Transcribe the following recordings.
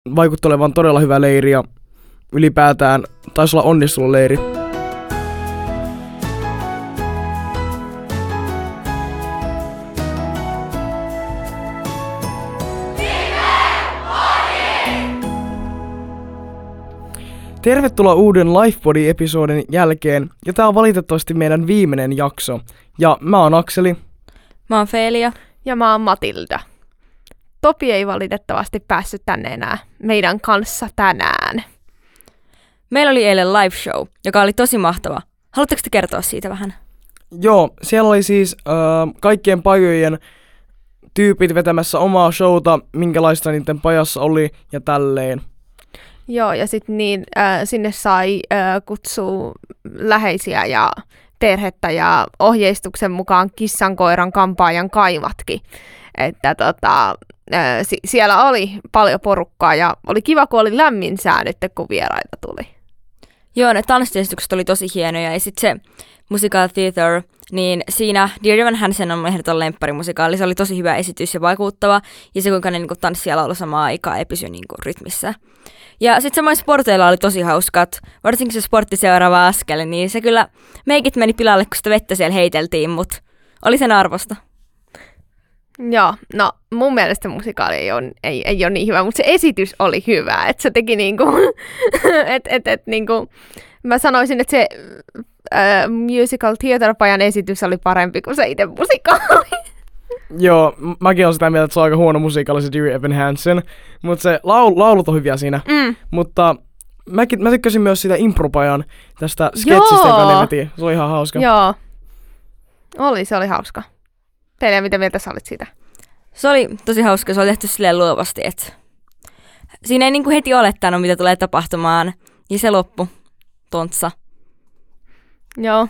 vaikutti olevan todella hyvä leiri ja ylipäätään taisi olla onnistunut leiri. Tervetuloa uuden Lifebody-episodin jälkeen, ja tää on valitettavasti meidän viimeinen jakso. Ja mä oon Akseli. Mä oon Feelia. Ja mä oon Matilda. Topi ei valitettavasti päässyt tänne enää meidän kanssa tänään. Meillä oli eilen live show, joka oli tosi mahtava. Haluatteko te kertoa siitä vähän? Joo, siellä oli siis kaikkien pajojen tyypit vetämässä omaa showta, minkälaista niiden pajassa oli ja tälleen. Joo, ja sitten sinne sai kutsua läheisiä ja perhettä ja ohjeistuksen mukaan kissan, koiran, kampaajan kaimatkin. Että siellä oli paljon porukkaa ja oli kiva, kun oli lämmin sää nyt, kun vieraita tuli. Joo, ne tanssiesitykset oli tosi hienoja ja sitten se musical theater, niin siinä Dear Evan Hansen on mun ehdoton lempparimusikaali. Se oli tosi hyvä esitys ja vaikuttava ja se kuinka ne niin tanssi ja laulu samaan aikaan ja pysyi niin rytmissä. Ja sitten samoin sporteilla oli tosi hauskat, varsinkin se sportti seuraava askel, niin se kyllä meikit meni pilalle, kun sitä vettä siellä heiteltiin, mutta oli sen arvosta. Joo, no mun mielestä musikaali ei ole niin hyvä, mutta se esitys oli hyvä, että se teki niinku, niinku, mä sanoisin, että se musical theater-pajan esitys oli parempi kuin se itse musikaali. Joo, mäkin olen sitä mieltä, että se on aika huono musiikaali se Dear Evan Hansen, mutta se laulut on hyviä siinä. Mutta mä tykkäsin myös siitä impropajan tästä sketsistä, joka ne veti. Se oli ihan hauska. Joo, se oli hauska. Teille, mitä mieltä sä olit siitä? Se oli tosi hauska, se oli tehty silleen luovasti, että siinä ei niinku heti olettanut, mitä tulee tapahtumaan, ja se loppu tontsa. Joo.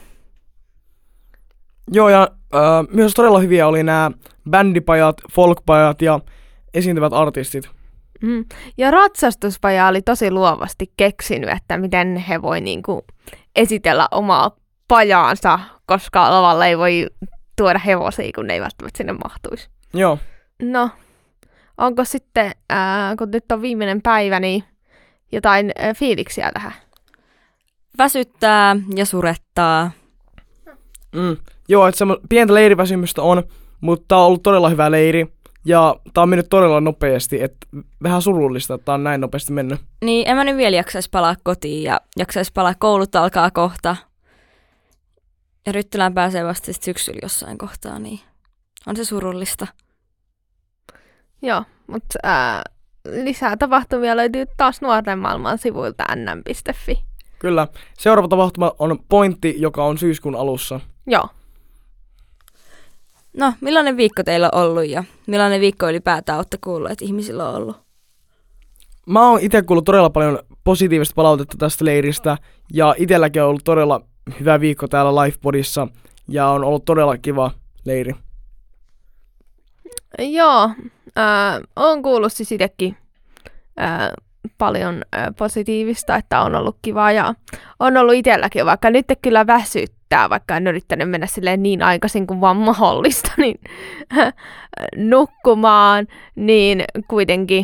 Joo, ja myös todella hyviä oli nämä bändipajat, folkpajat ja esiintyvät artistit. Ja ratsastuspaja oli tosi luovasti keksinyt, että miten he voi niinku esitellä omaa pajaansa, koska lavalle ei voi tuoda hevosia, kun ne ei välttämättä sinne mahtuisi. Joo. No, onko sitten, kun nyt on viimeinen päivä, niin jotain fiiliksiä tähän? Väsyttää ja surettaa. Joo, että pientä leiriväsymystä on, mutta tää on ollut todella hyvä leiri. Ja tää on mennyt todella nopeasti, että vähän surullista, että tää on näin nopeasti mennyt. Niin, en mä nyt vielä jaksaisi palaa kotiin ja jaksaisi palaa, koulut alkaa kohta. Ja Ryttylään pääsee vasta syksyllä jossain kohtaa, niin on se surullista. Joo, mutta lisää tapahtumia löytyy taas Nuorten maailman sivuilta nm.fi. Kyllä. Seuraava tapahtuma on Pointti, joka on syyskuun alussa. Joo. No, millainen viikko teillä on ollut ja millainen viikko ylipäätään olette kuulleet, että ihmisillä on ollut? Mä oon itse kuullut todella paljon positiivista palautetta tästä leiristä ja itselläkin on ollut todella hyvä viikko täällä Lifebodissa ja on ollut todella kiva leiri. Joo, oon kuullut siis itsekin paljon positiivista, että on ollut kiva ja on ollut itselläkin, vaikka nyt kyllä väsyttää, vaikka en yrittänyt mennä silleen niin aikaisin kuin vaan mahdollista, niin nukkumaan, niin kuitenkin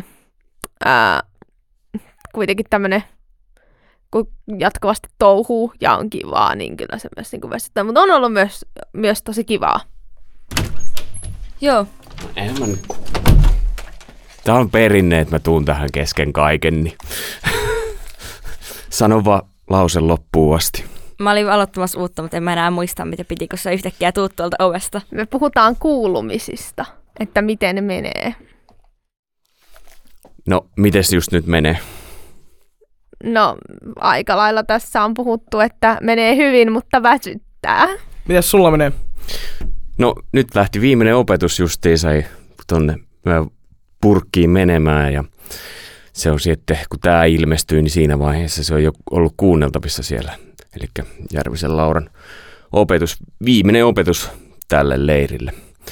tämmönen, kun jatkuvasti touhuu ja on kivaa, niin kyllä se myös niin väsyttää, mutta on ollut myös tosi kivaa. Joo. Tää on perinne, että mä tuun tähän kesken kaiken, niin sano vaan lause loppuun asti. Mä olin aloittamassa uutta, mutta en mä enää muista, mitä piti, kun sä yhtäkkiä tuut tuolta ovesta. Me puhutaan kuulumisista, että miten ne menee. No, mites just nyt menee? No, aika lailla tässä on puhuttu, että menee hyvin, mutta väsyttää. Mitäs sulla menee? No, nyt lähti viimeinen opetus justiinsa tonne purkkiin menemään ja se on sitten, kun tää ilmestyy, niin siinä vaiheessa se on jo ollut kuunneltavissa siellä. Eli Järvisen Lauran viimeinen opetus tälle leirille.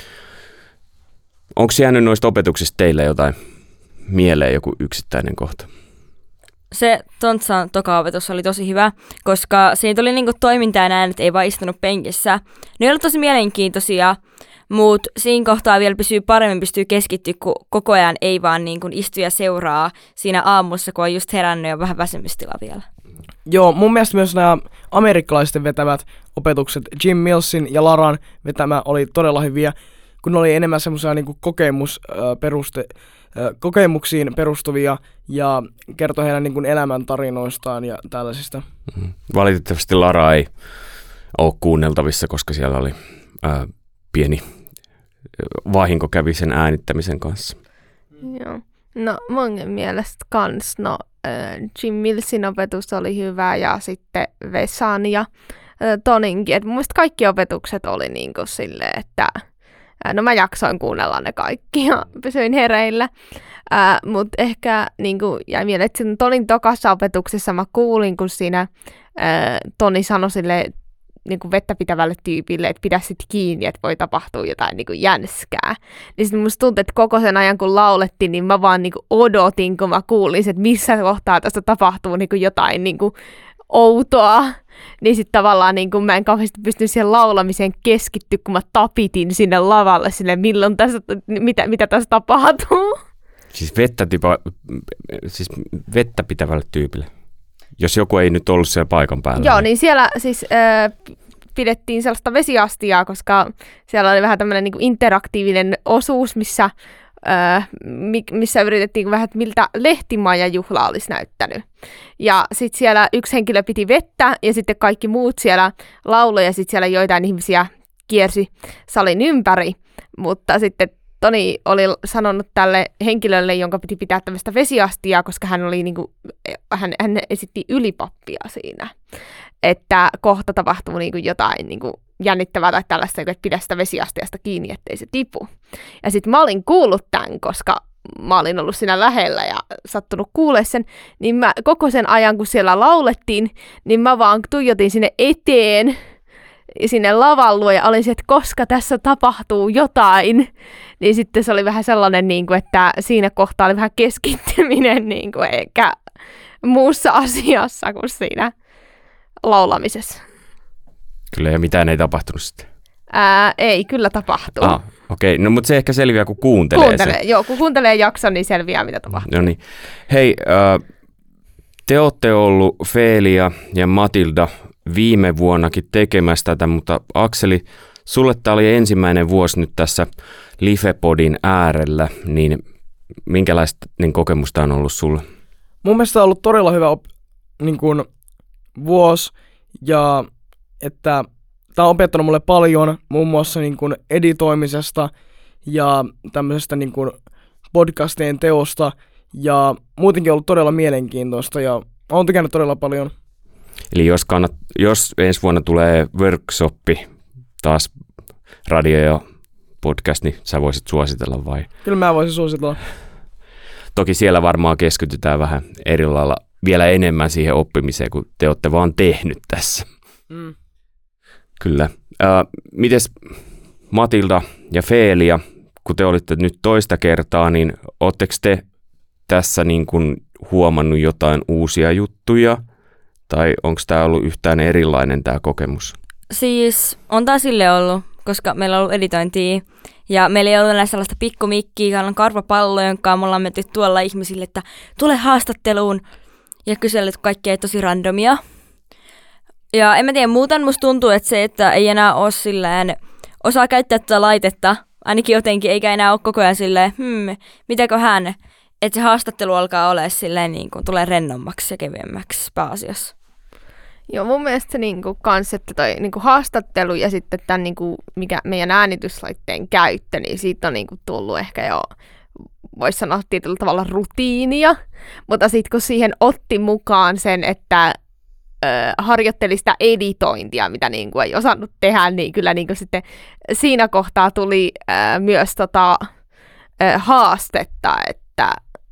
Onko jäänyt noista opetuksista teille jotain mieleen, joku yksittäinen kohta? Se Tontsan toka-opetus oli tosi hyvä, koska siinä tuli niinku toimintaa näin, että ei vaan istunut penkissä. Ne oli tosi mielenkiintoisia mutta siinä kohtaa vielä pystyy keskittyä, kun koko ajan ei vaan niin kuin istu ja seuraa siinä aamussa, kun on just herännyt ja vähän väsymystila vielä. Joo, mun mielestä myös nämä amerikkalaisten vetävät opetukset, Jim Millsin ja Laran vetämä oli todella hyviä, kun ne oli enemmän semmoisia niinku kokemuksiin perustuvia ja kertoi heidän niinku elämäntarinoistaan ja tällaisista. Valitettavasti Lara ei ole kuunneltavissa, koska siellä oli pieni vahinko kävi sen äänittämisen kanssa. Joo. No mun mielestä kans, Jim Millsin opetus oli hyvä ja sitten Vesan ja Toninkin. Et mun mielestä kaikki opetukset oli niinku silleen, että mä jaksoin kuunnella ne kaikki ja pysyin hereillä. Mutta ehkä niinku, jäi mieleen, että Tonin tokassa opetuksessa mä kuulin, kun siinä Toni sanoi silleen, niinku vettä pitävälle tyypille, että pidä sit kiinni, että voi tapahtua jotain niinku jänskää. Niin sitten musta tuntui, että koko sen ajan kun laulettiin, niin mä vaan niinku odotin, kun mä kuulin, että missä kohtaa tästä tapahtuu niinku jotain niinku outoa. Niin sitten tavallaan niinku mä en kauheasti pystynyt siihen laulamiseen keskittyä, kun mä tapitin sinne lavalle sinne, milloin tässä, mitä tässä tapahtuu. Siis vettä pitävälle tyypille. Jos joku ei nyt ollut siellä paikan päällä. Joo, niin siellä siis pidettiin sellaista vesiastiaa, koska siellä oli vähän tämmöinen niinku interaktiivinen osuus, missä yritettiin vähän, että miltä Lehtimaja juhla olisi näyttänyt. Ja sitten siellä yksi henkilö piti vettä ja sitten kaikki muut siellä lauloi ja sitten siellä joitain ihmisiä kiersi salin ympäri, mutta sitten Toni oli sanonut tälle henkilölle, jonka piti pitää tämmöistä vesiastiaa, koska hän oli hän esitti ylipappia siinä, että kohta tapahtuu jotain jännittävää tai tällaista, että pidä sitä vesiastiasta kiinni, ettei se tipu. Ja sitten mä olin kuullut tämän, koska mä olin ollut siinä lähellä ja sattunut kuulee sen, niin mä koko sen ajan, kun siellä laulettiin, niin mä vaan tuijotin sinne eteen, sinne lavan ja olin että koska tässä tapahtuu jotain, niin sitten se oli vähän sellainen, että siinä kohtaa oli vähän keskittyminen eikä muussa asiassa kuin siinä laulamisessa. Kyllä, ja mitään ei tapahtunut sitten. Ei, kyllä tapahtuu. Okei. No mutta se ehkä selviää, kun kuuntelee sen. Joo, kun kuuntelee jakson, niin selviää, mitä tapahtuu. No niin. Hei, te olette ollut Feelia ja Matilda viime vuonnakin tekemässä tätä, mutta Akseli, sulle tämä oli ensimmäinen vuosi nyt tässä Lifepodin äärellä, niin minkälaista kokemusta on ollut sulle? Mun mielestä on ollut todella hyvä vuosi, ja että tämä on opettanut mulle paljon, muun muassa editoimisesta ja tämmöisestä podcastien teosta, ja muutenkin ollut todella mielenkiintoista, ja olen tykännyt todella paljon. Eli jos ensi vuonna tulee workshoppi, taas radio ja podcast, niin sä voisit suositella vai? Kyllä mä voisin suositella. Toki siellä varmaan keskitytään vähän eri lailla vielä enemmän siihen oppimiseen, kun te olette vaan tehnyt tässä. Mm. Kyllä. Mites Matilda ja Feelia, kun te olitte nyt toista kertaa, niin ootteko te tässä huomannut jotain uusia juttuja? Tai onko tämä ollut yhtään erilainen tämä kokemus? Siis on tämä sille ollut, koska meillä on ollut editointia ja meillä ei ollut enää sellaista pikkumikkiä, on karvapallo, jonka me ollaan menty tuolla ihmisille, että tule haastatteluun ja kysellyt kaikkea tosi randomia. Ja en mä tiedä, muuten musta tuntuu, että se, että ei enää ole silleen, osaa käyttää tätä laitetta, ainakin jotenkin, eikä enää ole koko ajan silleen, mitäköhän, että se haastattelu alkaa olla silleen tulee rennommaksi ja kevyemmäksi pääasiassa. Joo, mun mielestä se kans, että toi haastattelu ja sitten tämän mikä meidän äänityslaitteen käyttö, niin siitä on tullut ehkä jo, voisi sanoa tietyllä tavalla rutiinia, mutta sitten kun siihen otti mukaan sen, että harjoitteli sitä editointia, mitä ei osannut tehdä, niin kyllä sitten siinä kohtaa tuli myös haastetta, että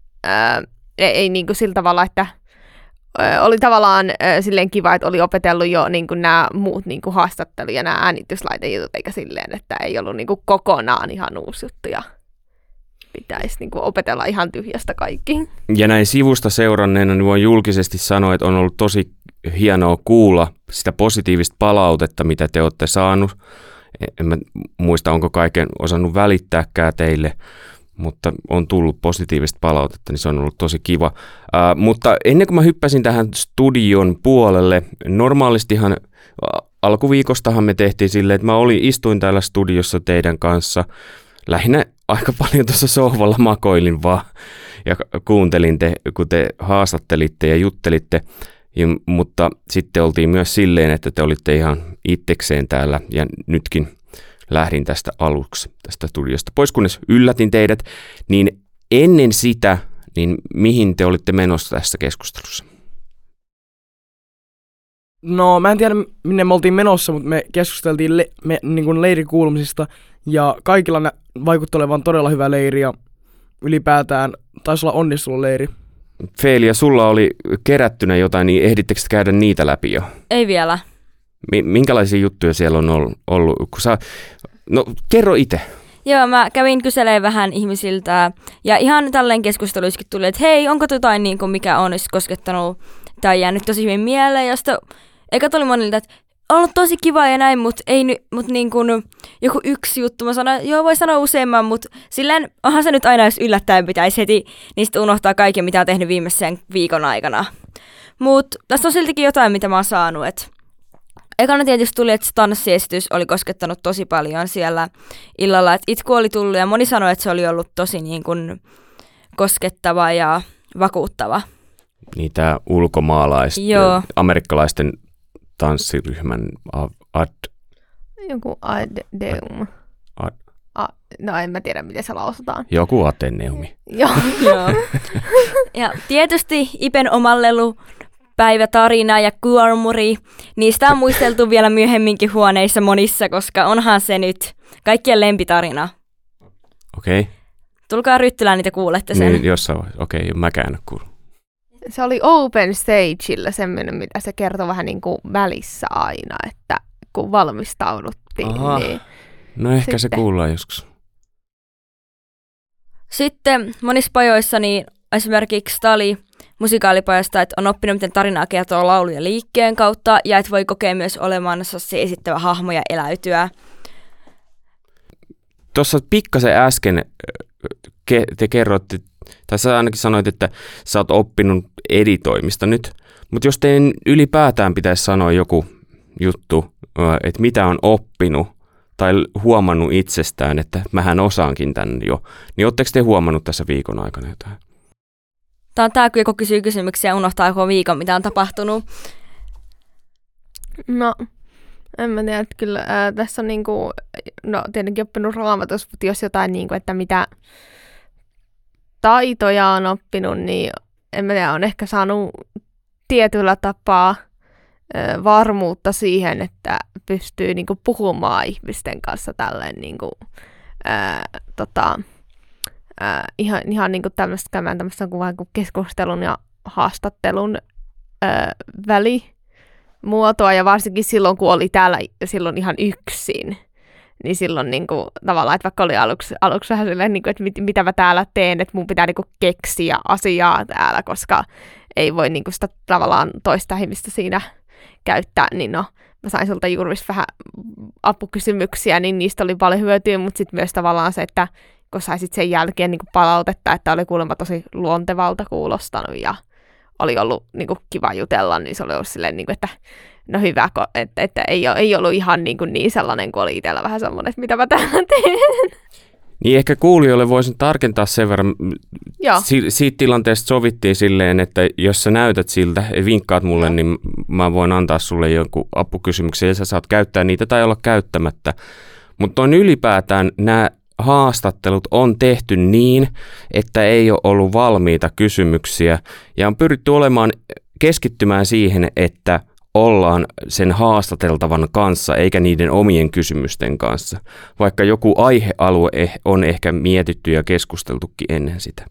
ei sillä tavalla, että oli tavallaan silleen kiva, että oli opetellut jo nämä muut haastattelu ja nämä äänityslaitejutut, eikä silleen, että ei ollut kokonaan ihan uusi juttu ja pitäisi opetella ihan tyhjästä kaikki. Ja näin sivusta seuranneena niin voin julkisesti sanoa, että on ollut tosi hienoa kuulla sitä positiivista palautetta, mitä te olette saanut. En mä muista, onko kaiken osannut välittääkään teille, mutta on tullut positiivista palautetta, niin se on ollut tosi kiva. Mutta ennen kuin mä hyppäsin tähän studion puolelle, normaalistihan alkuviikostahan me tehtiin silleen, että istuin täällä studiossa teidän kanssa. Lähinnä aika paljon tuossa sohvalla makoilin vaan ja kuuntelin kun te haastattelitte ja juttelitte. Mutta sitten oltiin myös silleen, että te olitte ihan itsekseen täällä ja nytkin lähdin tästä aluksi tästä studiosta pois, kunnes yllätin teidät. Niin ennen sitä, niin mihin te olitte menossa tässä keskustelussa? No mä en tiedä minne me oltiin menossa, mutta me keskusteltiin niin kuin leirikuulumisista ja kaikilla vaikutti olevan todella hyvä leiri ja ylipäätään taisi olla onnistunut leiri. Feelia, sulla oli kerättynä jotain, niin ehdittekö käydä niitä läpi jo? Ei vielä. Minkälaisia juttuja siellä on ollut? No kerro itse. Joo, mä kävin kyselemään vähän ihmisiltä ja ihan tälleen keskusteluissakin tuli, että hei, onko jotain niin kuin mikä on koskettanut tai jäänyt tosi hyvin mieleen, josta eikä tuli monilta, että on ollut tosi kiva ja näin, mutta niin kuin joku yksi juttu. Mä sanoin, joo voi sanoa useamman, mutta silleen onhan se nyt aina, jos yllättäen pitäisi heti, niin sitten unohtaa kaiken, mitä on tehnyt viimeisen viikon aikana. Mutta tässä on siltikin jotain, mitä mä oon saanut. Ekana tietysti tuli, että se tanssiesitys oli koskettanut tosi paljon siellä illalla, että itku oli tullut ja moni sanoi, että se oli ollut tosi niin kuin koskettava ja vakuuttava. Niitä amerikkalaisten tanssiryhmän joku Adeum. No en mä tiedä, miten se lausutaan. Joku Ateneumi. Joo. Ja tietysti Ipen omallelu, päivätarina ja kuormuri. Niistä on muisteltu vielä myöhemminkin huoneissa monissa, koska onhan se nyt kaikkien lempitarina. Okei. Okay. Tulkaa Ryttylään, niitä kuulette sen. Niin, jossain vaiheessa. Okei, mäkään en kuulu. Se oli open stageilla semmoinen, mitä se kertoi vähän niin kuin välissä aina, että kun valmistauduttiin. Aha. Niin no ehkä se kuullaan joskus. Sitten monissa pajoissa, niin esimerkiksi tämä oli musikaalipajasta, että on oppinut, miten tarinaa kertoo laulu ja liikkeen kautta, ja että voi kokea myös olemansa se esittävä hahmo ja eläytyä. Tuossa pikkasen äsken te kerroitte, tai sä ainakin sanoit, että sä oot oppinut editoimista nyt, mutta jos teidän ylipäätään pitäisi sanoa joku juttu, että mitä on oppinut tai huomannut itsestään, että mähän osaankin tän jo, niin ootteko te huomannut tässä viikon aikana jotain? Tämä kun joku kysyy kysymyksiä ja unohtaa koko viikon, mitä on tapahtunut. No, en mä tiedä, että kyllä tässä on niinku, no tietenkin oppinut Raamatus, mutta jos jotain niinku, että mitä taitoja on oppinut, niin en mä tiedä, on ehkä saanut tietyllä tapaa varmuutta siihen, että pystyy niinku puhumaan ihmisten kanssa tälleen niinku, ihan niinku tämmöistä käymään tämmöistä kuin keskustelun ja haastattelun välimuotoa, ja varsinkin silloin, kun oli täällä silloin ihan yksin, niin silloin niinku, tavallaan, että vaikka oli aluksi vähän silleen, niinku, että mitä mä täällä teen, että mun pitää niinku keksiä asiaa täällä, koska ei voi niinku sitä tavallaan toista ihmistä siinä käyttää, niin no, mä sain sulta juuri vähän apukysymyksiä, niin niistä oli paljon hyötyä, mutta sitten myös tavallaan se, että kun saisit sen jälkeen niin palautetta, että oli kuulemma tosi luontevalta kuulostanut ja oli ollut niin kiva jutella, niin se oli ollut silleen, niin kuin, että no hyvä, että ei ollut ihan niin sellainen kuin oli itsellä vähän semmoinen, että mitä mä täällä teen. Niin ehkä kuulijoille voisin tarkentaa sen verran. Siitä tilanteesta sovittiin silleen, että jos sä näytät siltä ja vinkkaat mulle, niin mä voin antaa sulle jonkun apukysymyksen ja sä saat käyttää niitä tai olla käyttämättä. Mutta on ylipäätään nämä haastattelut on tehty niin, että ei ole ollut valmiita kysymyksiä ja on pyritty keskittymään siihen, että ollaan sen haastateltavan kanssa eikä niiden omien kysymysten kanssa, vaikka joku aihealue on ehkä mietitty ja keskusteltukin ennen sitä.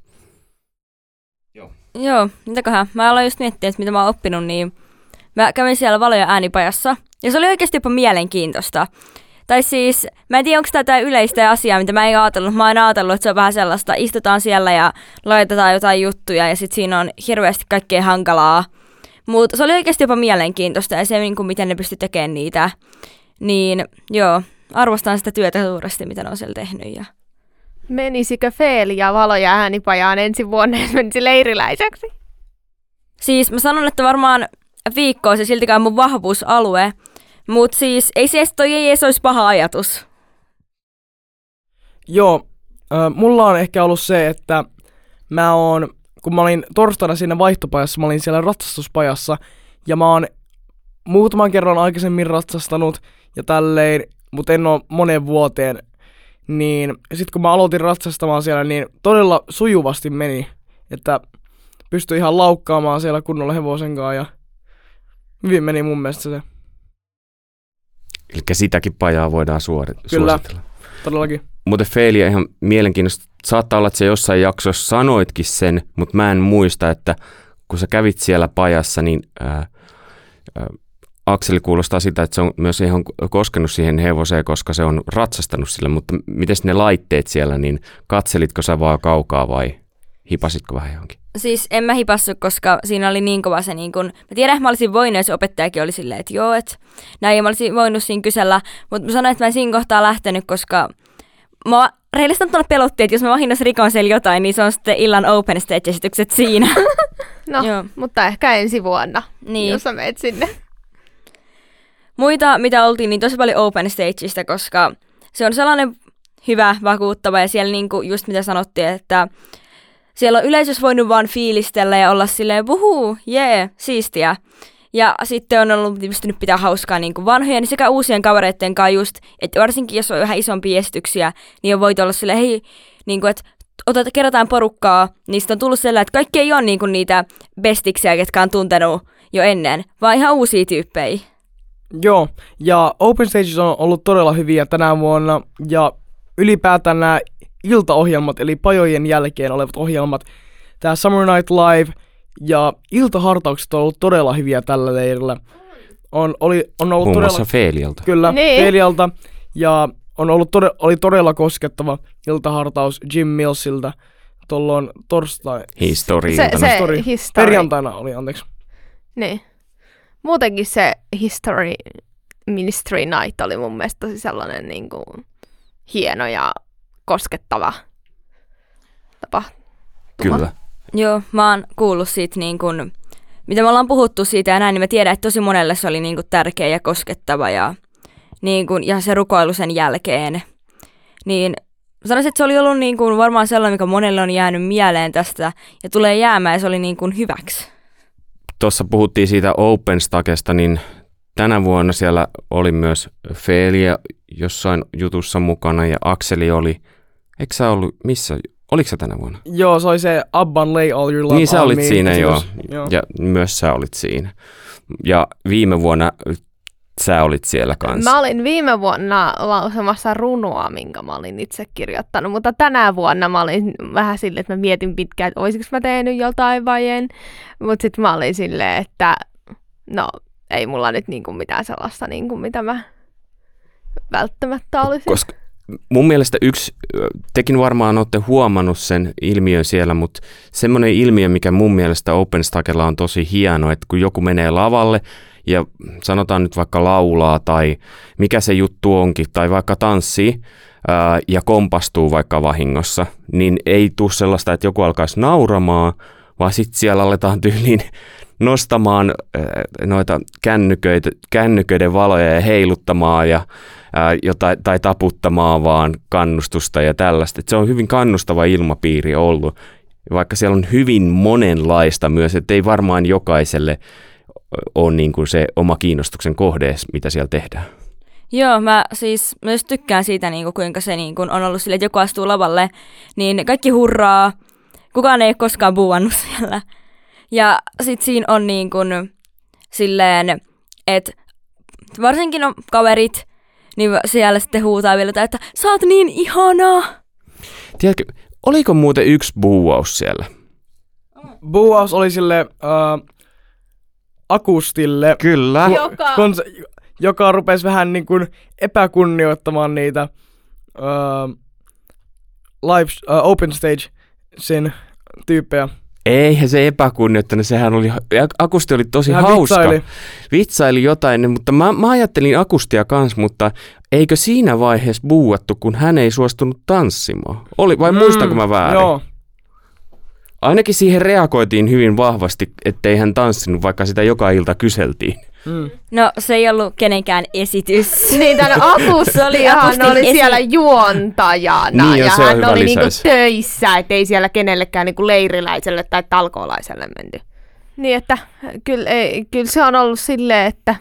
Joo, mitäköhän. Mä aloin just miettiä, että mitä mä oon oppinut, niin mä kävin siellä valo- ja äänipajassa ja se oli oikeasti jopa mielenkiintoista. Tai siis, mä en tiedä, onko tämä yleistä asiaa, mitä mä en ajatellut. Mä oon ajatellut, että se on vähän sellaista, istutaan siellä ja laitetaan jotain juttuja ja sitten siinä on hirveästi kaikkea hankalaa. Mutta se oli oikeasti jopa mielenkiintoista ja se, miten ne pystyi tekemään niitä. Niin joo, arvostan sitä työtä suuresti, mitä ne on siellä tehnyt. Ja... Menisikö Feelia valo- ja äänipajaan ensi vuonna, jos menisi leiriläiseksi? Siis mä sanon, että varmaan viikko on se siltikään mun vahvuusalue, mutta siis ei se edes olisi paha ajatus. Joo, mulla on ehkä ollut se, että kun mä olin torstaina siinä vaihtopajassa, mä olin siellä ratsastuspajassa, ja mä oon muutaman kerran aikaisemmin ratsastanut ja tälleen, mutta en oo moneen vuoteen, niin sit kun mä aloitin ratsastamaan siellä, niin todella sujuvasti meni, että pystyi ihan laukkaamaan siellä kunnolla hevosen kanssa, ja hyvin meni mun mielestä se. Eli sitäkin pajaa voidaan Kyllä, suositella. Todellakin. Muuten Feelia ihan mielenkiintoista. Saattaa olla, että se jossain jaksossa sanoitkin sen, mutta mä en muista, että kun sä kävit siellä pajassa, niin Akseli kuulostaa sitä, että se on myös ihan koskenut siihen hevoseen, koska se on ratsastanut sille, mutta miten ne laitteet siellä, niin katselitko sä vaan kaukaa vai hipasitko vähän johonkin? Siis en mä hipassut, koska siinä oli niin kova se niin kun... Mä tiedän, että mä olisin voinut, ja se opettajakin oli silleen, että joo, että näin, ja mä olisin voinut siinä kysellä, mutta mä sanoin, että mä en siinä kohtaa lähtenyt, koska mä reilisesti tuolla pelottiin, että jos mä vahingossa rikon siellä jotain, niin se on sitten illan open stage-esitykset siinä. No, joo. mutta ehkä ensi vuonna, niin. jos sä meet sinne. Muita, mitä oltiin, niin tosi paljon open stageista, koska se on sellainen hyvä, vakuuttava, ja siellä niinku just mitä sanottiin, että siellä on yleisössä voinut vaan fiilistellä ja olla silleen, vuhuu, jee, siistiä. Ja sitten on ollut pystynyt pitää hauskaa niin kuin vanhojen niin sekä uusien kavereiden kanssa just, että varsinkin jos on vähän isompia esityksiä, niin on voitu olla silleen, hei, niin kuin, että kerätään porukkaa, niin sitten on tullut sellainen, että kaikki ei ole niin kuin niitä bestiksiä, ketkä on tuntenut jo ennen, vaan ihan uusia tyyppejä. Joo, ja Open Stages on ollut todella hyviä tänä vuonna, ja ylipäätään nämä iltaohjelmat, eli pajojen jälkeen olevat ohjelmat, tämä Summer Night Live ja iltahartaukset on ollut todella hyviä tällä leirillä. On ollut muun todella... muassa Feelialta. Kyllä, niin. Feelialta, ja oli todella koskettava iltahartaus Jim Millsiltä tuolloin torstai... History. Perjantaina oli, anteeksi. Niin. Muutenkin se History Ministry Night oli mun mielestä tosi sellainen niin kuin hieno ja koskettava tapahtuma. Kyllä. Joo, mä oon kuullut siitä, niin kun, mitä me ollaan puhuttu siitä ja näin, niin mä tiedän, että tosi monelle se oli niin kun tärkeä ja koskettava ja se rukoilu sen jälkeen. Niin sanoisin, että se oli ollut niin kun varmaan sellainen, mikä monelle on jäänyt mieleen tästä ja tulee jäämään ja se oli niin kun hyväksi. Tuossa puhuttiin siitä OpenStagesta, niin tänä vuonna siellä oli myös Feelia jossain jutussa mukana ja Akseli oli, eikö sä ollut, missä, oliko sä tänä vuonna? Joo, se oli se Abban Lay All Your Love. Niin sä olit Me, siinä, joo. joo. Ja myös sä olit siinä. Ja viime vuonna sä olit siellä kanssa. Mä olin viime vuonna lausumassa runoa, minkä mä olin itse kirjoittanut, mutta tänä vuonna mä olin vähän silleen, että mä mietin pitkään, että olisiko mä tehnyt joltain vai en. Mutta sitten mä olin silleen, että no ei mulla nyt niinku mitään sellaista, niinku, mitä mä välttämättä olisin. Koska mun mielestä tekin varmaan olette huomannut sen ilmiön siellä, mutta semmoinen ilmiö, mikä mun mielestä OpenStagella on tosi hieno, että kun joku menee lavalle ja sanotaan nyt vaikka laulaa tai mikä se juttu onkin, tai vaikka tanssii ja kompastuu vaikka vahingossa, niin ei tule sellaista, että joku alkaisi nauramaan, vaan sitten siellä aletaan tyyliin nostamaan noita kännyköiden valoja ja heiluttamaan ja tai taputtamaan vaan kannustusta ja tällaista. Et se on hyvin kannustava ilmapiiri ollut, vaikka siellä on hyvin monenlaista myös, että ei varmaan jokaiselle ole niin kuin se oma kiinnostuksen kohde, mitä siellä tehdään. Joo, mä siis myös tykkään siitä, niin kuin, kuinka se niin kuin on ollut silleen, että joku astuu lavalle, niin kaikki hurraa, kukaan ei ole koskaan buuannut siellä. Ja sit siinä on niin kuin silleen, että varsinkin on kaverit, niin siellä sitten huutaa vielä, että sä oot niin ihana. Tiedätkö, oliko muuten yksi buuaus siellä? Buuaus oli sille Akustille. Kyllä. Joka rupesi vähän niin kuin epäkunnioittamaan niitä Open Stage sen tyyppejä. Eihän se epäkunnioittanut, sehän oli, Akusti oli tosi Hän hauska. vitsaili jotain, mutta mä ajattelin Akustia kanssa, mutta eikö siinä vaiheessa buuattu, kun hän ei suostunut tanssimaan? Vai muistanko mä väärin? Joo. Ainakin siihen reagoitiin hyvin vahvasti, ettei hän tanssinut, vaikka sitä joka ilta kyseltiin. No se ei ollut kenenkään esitys. Niin, tänne Akustihan oli siellä juontajana Niin, ja se on hän hyvä oli niinku lisäys. töissä, ettei siellä kenellekään niinku leiriläiselle tai talkoolaiselle menty. Niin, että kyllä se on ollut silleen, että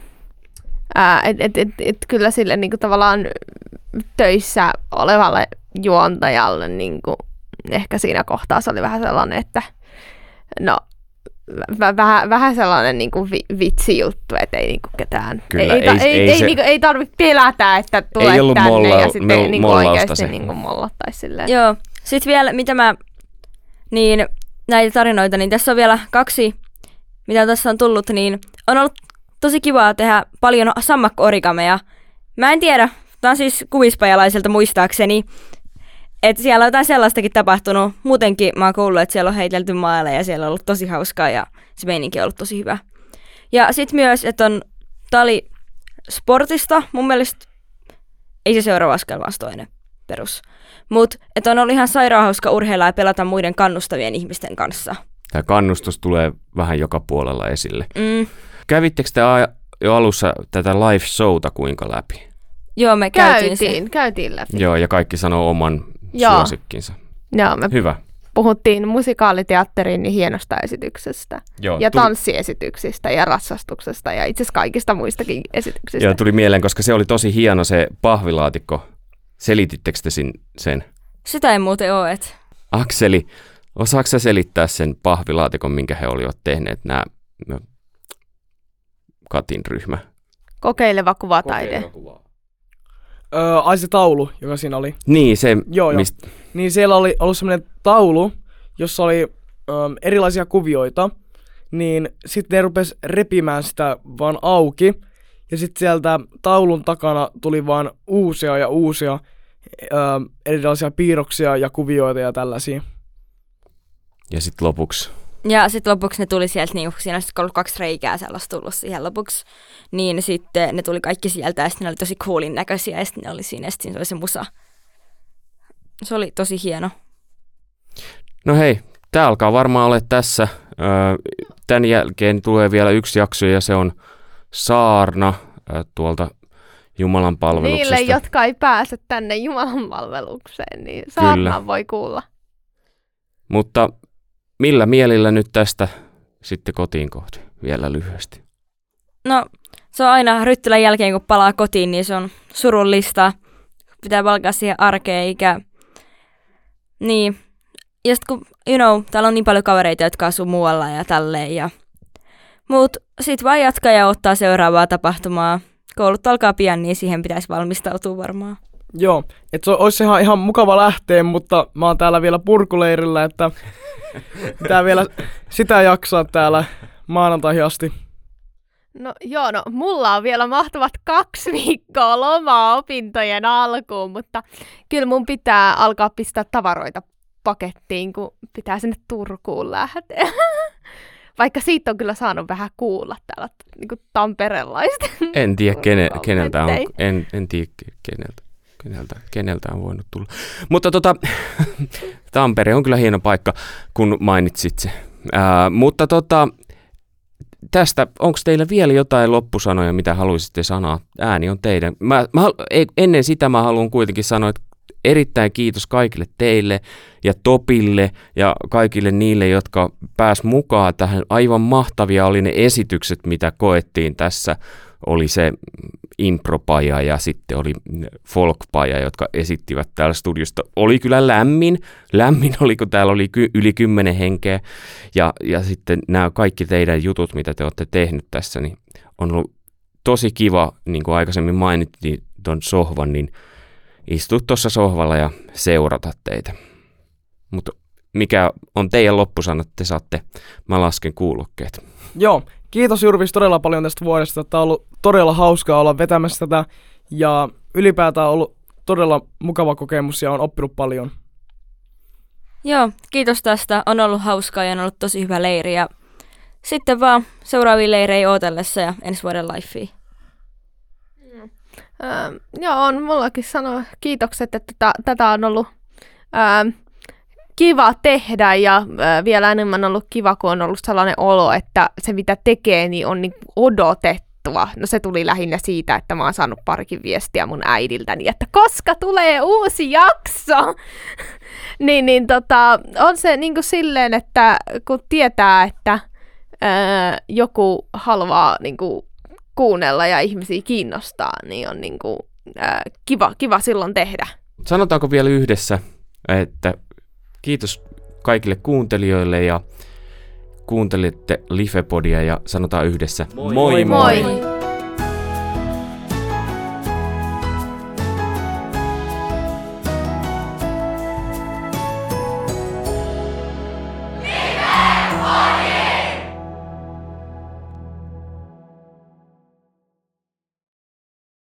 kyllä sille niinku tavallaan töissä olevalle juontajalle niinku, ehkä siinä kohtaa se oli vähän sellainen, että no vähän sellainen niinku vitsijuttu, että ei niinku ketään, Kyllä, ei tarvitse pelätä, että tulee tänne ja sitten niinku oikeasti niinku mollattaisi silleen. Joo, sitten vielä niin näitä tarinoita, niin tässä on vielä 2, mitä tässä on tullut, niin on ollut tosi kivaa tehdä paljon sammakko-origameja. Mä en tiedä, tää on siis kuvispajalaiselta muistaakseni, että siellä on jotain sellaistakin tapahtunut. Muutenkin mä oon kuullut, että siellä on heitelty maaleja ja siellä on ollut tosi hauskaa ja se meininki on ollut tosi hyvä. Ja sitten myös, että tää oli sportista, mun mielestä ei se seuraava askel, vaan toinen perus. Mutta että on ollut ihan sairaan hauska urheilla ja pelata muiden kannustavien ihmisten kanssa. Tämä kannustus tulee vähän joka puolella esille. Mm. Kävittekö te jo alussa tätä live showta kuinka läpi? Joo, me käytiin läpi. Joo, ja kaikki sanoo oman suosikkinsa. Joo, me Hyvä. puhuttiin musikaалiteatterin hienosta esityksestä. Joo, ja tanssiesityksistä ja ratsastuksesta ja itse asiassa kaikista muistakin esityksistä. Joo, tuli mieleen, koska se oli tosi hieno se pahvilaatikko. Selitittekö te sen? Sitä ei muuten ole, et. Akseli, osaatko sä selittää sen pahvilaatikon, minkä he olivat tehneet, nämä Katin ryhmä? Kokeileva kuvataide. Ai se taulu, joka siinä oli. Niin, se... Joo. Niin siellä oli ollut semmoinen taulu, jossa oli erilaisia kuvioita. Niin sitten ne rupes repimään sitä vaan auki. Ja sitten sieltä taulun takana tuli vaan uusia ja uusia erilaisia piirroksia ja kuvioita ja tällaisia. Ja sitten lopuksi... Ja sitten lopuksi ne tuli sieltä, niin siinä olisi ollut 2 reikää sellaista tullut siihen lopuksi, niin sitten ne tuli kaikki sieltä ja sitten ne oli tosi coolin näköisiä ja sitten ne oli siinä ja sitten se oli se musa. Se oli tosi hieno. No hei, tää alkaa varmaan olla tässä. Tän jälkeen tulee vielä 1 jakso ja se on saarna tuolta Jumalan palveluksesta. Niille, jotka ei pääse tänne Jumalan palvelukseen, niin saarnaan voi kuulla. Mutta... Millä mielillä nyt tästä sitten kotiin kohti vielä lyhyesti? No, se on aina Ryttylän jälkeen, kun palaa kotiin, niin se on surullista. Pitää palkaa siihen arkeen, eikä... Niin. Ja sitten kun, täällä on niin paljon kavereita, jotka asuu muualla ja tälleen. Mut sit vaan jatkaa ja ottaa seuraavaa tapahtumaa. Koulut alkaa pian, niin siihen pitäisi valmistautua varmaan. Joo, että se olisi ihan mukava lähteä, mutta mä oon täällä vielä purkuleirillä, että pitää vielä sitä jaksaa täällä maanantaihin asti. No mulla on vielä mahtavat 2 viikkoa lomaa opintojen alkuun, mutta kyllä mun pitää alkaa pistää tavaroita pakettiin, kun pitää sinne Turkuun lähteä. Vaikka siitä on kyllä saanut vähän kuulla täällä niin tamperelaista. En tiedä keneltä on, en tiedä keneltä on voinut tulla. Mutta Tampere on kyllä hieno paikka, kun mainitsit se. Mutta tästä, onko teillä vielä jotain loppusanoja, mitä haluaisitte sanoa? Ääni on teidän. Ennen sitä mä haluan kuitenkin sanoa, että erittäin kiitos kaikille teille ja Topille ja kaikille niille, jotka pääs mukaan tähän. Aivan mahtavia oli ne esitykset, mitä koettiin tässä. Oli se impropaja ja sitten oli folkpaja, jotka esittivät täällä studiosta. Oli kyllä lämmin oli, kun täällä oli yli 10 henkeä. Ja sitten nämä kaikki teidän jutut, mitä te olette tehnyt tässä, niin on ollut tosi kiva, niin kuin aikaisemmin mainittiin ton sohvan, niin istua tuossa sohvalla ja seurata teitä. Mutta mikä on teidän loppusanat, te saatte, mä lasken kuulokkeet. Joo, kiitos Jurvis todella paljon tästä vuodesta. Tämä on ollut todella hauskaa olla vetämässä tätä ja ylipäätään on ollut todella mukava kokemus ja on oppinut paljon. Joo, kiitos tästä. On ollut hauskaa ja on ollut tosi hyvä leiri. Ja sitten vaan seuraavia leirejä ootellessa ja ensi vuoden lifea. Joo, on mullakin sanoa kiitokset, että tätä on ollut kiva tehdä ja vielä enemmän ollut kiva, kun on ollut sellainen olo, että se mitä tekee, niin on niin odotettua. No se tuli lähinnä siitä, että mä oon saanut parikin viestiä mun äidiltäni, että koska tulee uusi jakso, niin on se niin kuin silleen, että kun tietää, että joku haluaa niin kuin kuunnella ja ihmisiä kiinnostaa, niin on niin kuin, kiva silloin tehdä. Sanotaanko vielä yhdessä, että kiitos kaikille kuuntelijoille ja kuuntelitte Lifepodia ja sanotaan yhdessä moi moi! Moi!